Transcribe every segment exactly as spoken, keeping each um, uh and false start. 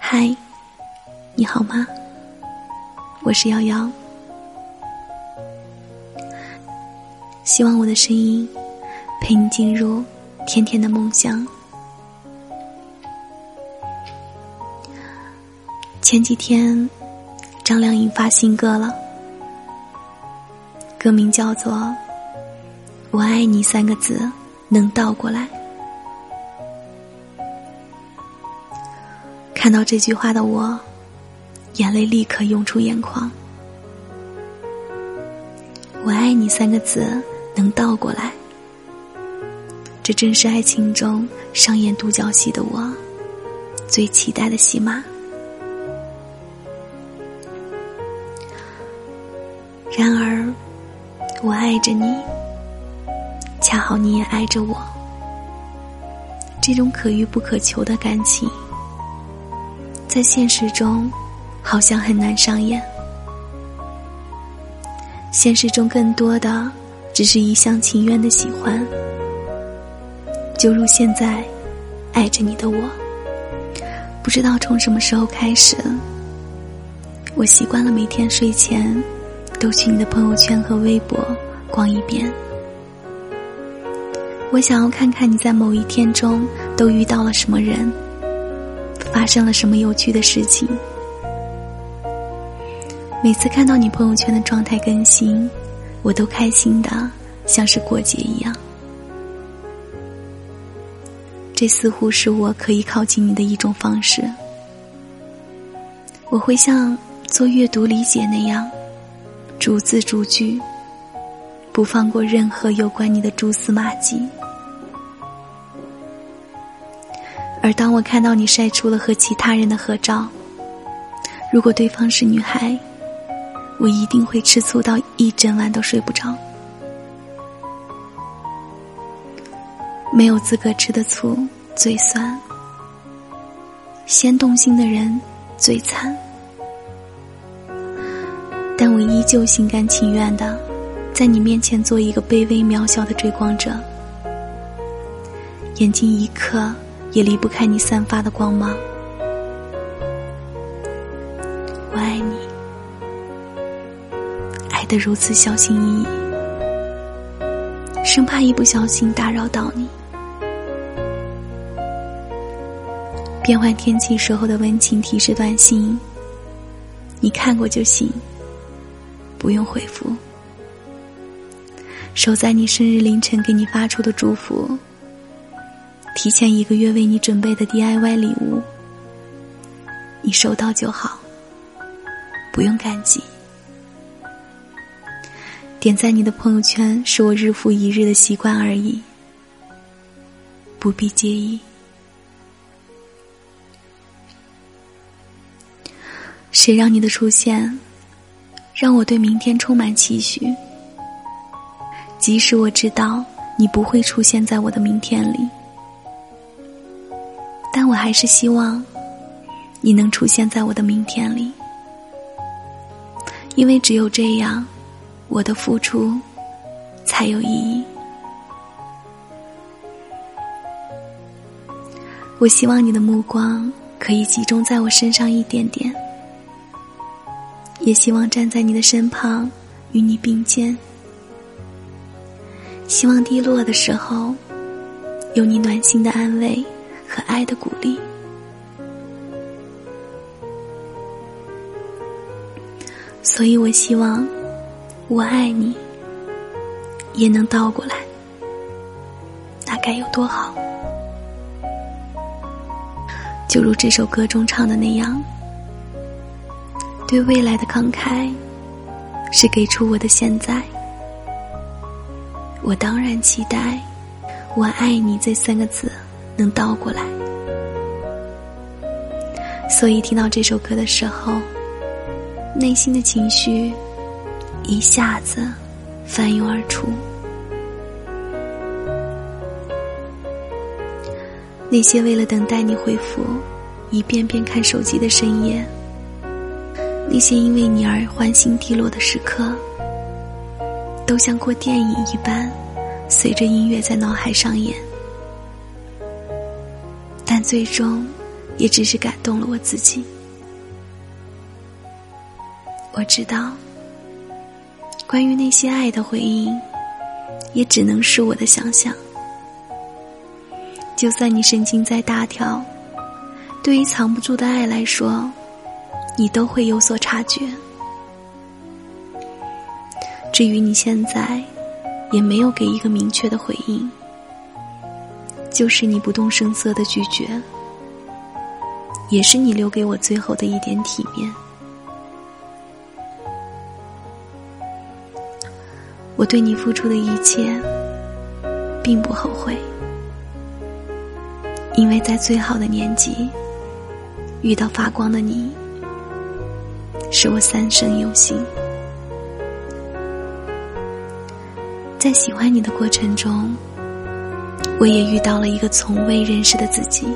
嗨，你好吗？我是瑶瑶，希望我的声音陪你进入甜甜的梦乡。前几天张靓颖发新歌了，歌名叫做《我爱你》三个字能倒过来。看到这句话的我，眼泪立刻涌出眼眶。我爱你三个字能倒过来，这正是爱情中上演独角戏的我最期待的戏码。然而我爱着你，恰好你也爱着我，这种可遇不可求的感情在现实中好像很难上演。现实中更多的只是一厢情愿的喜欢，就如现在爱着你的我，不知道从什么时候开始，我习惯了每天睡前都去你的朋友圈和微博逛一遍。我想要看看你在某一天中都遇到了什么人，发生了什么有趣的事情。每次看到你朋友圈的状态更新，我都开心的像是过节一样。这似乎是我可以靠近你的一种方式。我会像做阅读理解那样，逐字逐句，不放过任何有关你的蛛丝马迹。而当我看到你晒出了和其他人的合照，如果对方是女孩，我一定会吃醋到一整晚都睡不着。没有资格吃的醋最酸，先动心的人最惨。但我依旧心甘情愿地在你面前做一个卑微渺小的追光者，眼睛一刻也离不开你散发的光芒。我爱你，爱得如此小心翼翼，生怕一不小心打扰到你。变换天气时候的温情提示短信，你看过就行，不用回复。守在你生日凌晨给你发出的祝福，提前一个月为你准备的 D I Y 礼物，你收到就好，不用感激。点赞你的朋友圈是我日复一日的习惯而已，不必介意。谁让你的出现让我对明天充满期许，即使我知道你不会出现在我的明天里，但我还是希望你能出现在我的明天里，因为只有这样，我的付出才有意义。我希望你的目光可以集中在我身上一点点，也希望站在你的身旁与你并肩，希望低落的时候有你暖心的安慰和爱的鼓励。所以我希望我爱你也能倒过来，那该有多好。就如这首歌中唱的那样，对未来的慷慨是给出我的现在，我当然期待我爱你这三个字能倒过来。所以听到这首歌的时候，内心的情绪一下子翻涌而出。那些为了等待你回复一遍遍看手机的深夜，那些因为你而欢欣低落的时刻，都像过电影一般随着音乐在脑海上演。但最终也只是感动了我自己。我知道，关于那些爱的回应，也只能是我的想象。就算你神经再大条，对于藏不住的爱来说，你都会有所察觉。至于你现在也没有给一个明确的回应，就是你不动声色的拒绝，也是你留给我最后的一点体面。我对你付出的一切并不后悔，因为在最好的年纪遇到发光的你，使我三生有幸。在喜欢你的过程中，我也遇到了一个从未认识的自己。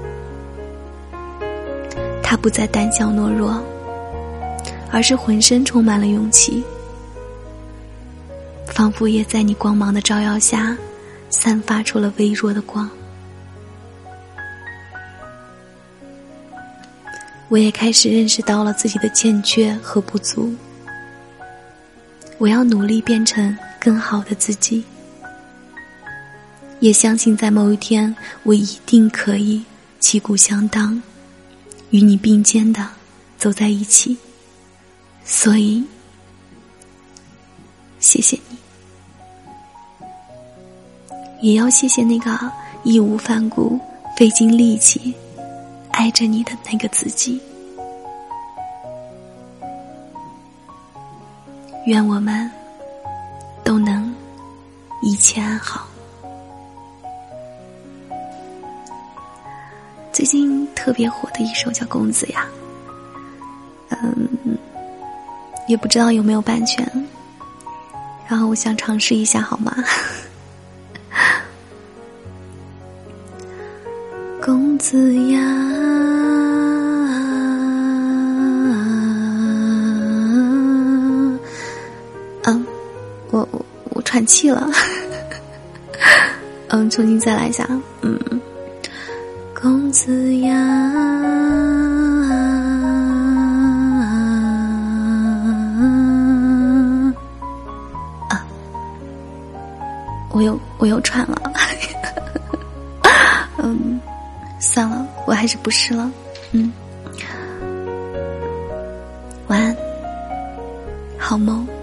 他不再胆小懦弱，而是浑身充满了勇气，仿佛也在你光芒的照耀下散发出了微弱的光。我也开始认识到了自己的欠缺和不足，我要努力变成更好的自己，也相信在某一天我一定可以旗鼓相当，与你并肩的走在一起。所以谢谢你，也要谢谢那个义无反顾费尽力气爱着你的那个自己。愿我们都能一切安好。最近特别火的一首叫《公子呀》，嗯，也不知道有没有版权，然后我想尝试一下好吗？公子呀，嗯，我我我喘气了，嗯，重新再来一下，嗯，公子呀，啊，我又我又喘了，嗯。算了，我还是不试了。嗯，晚安，好梦。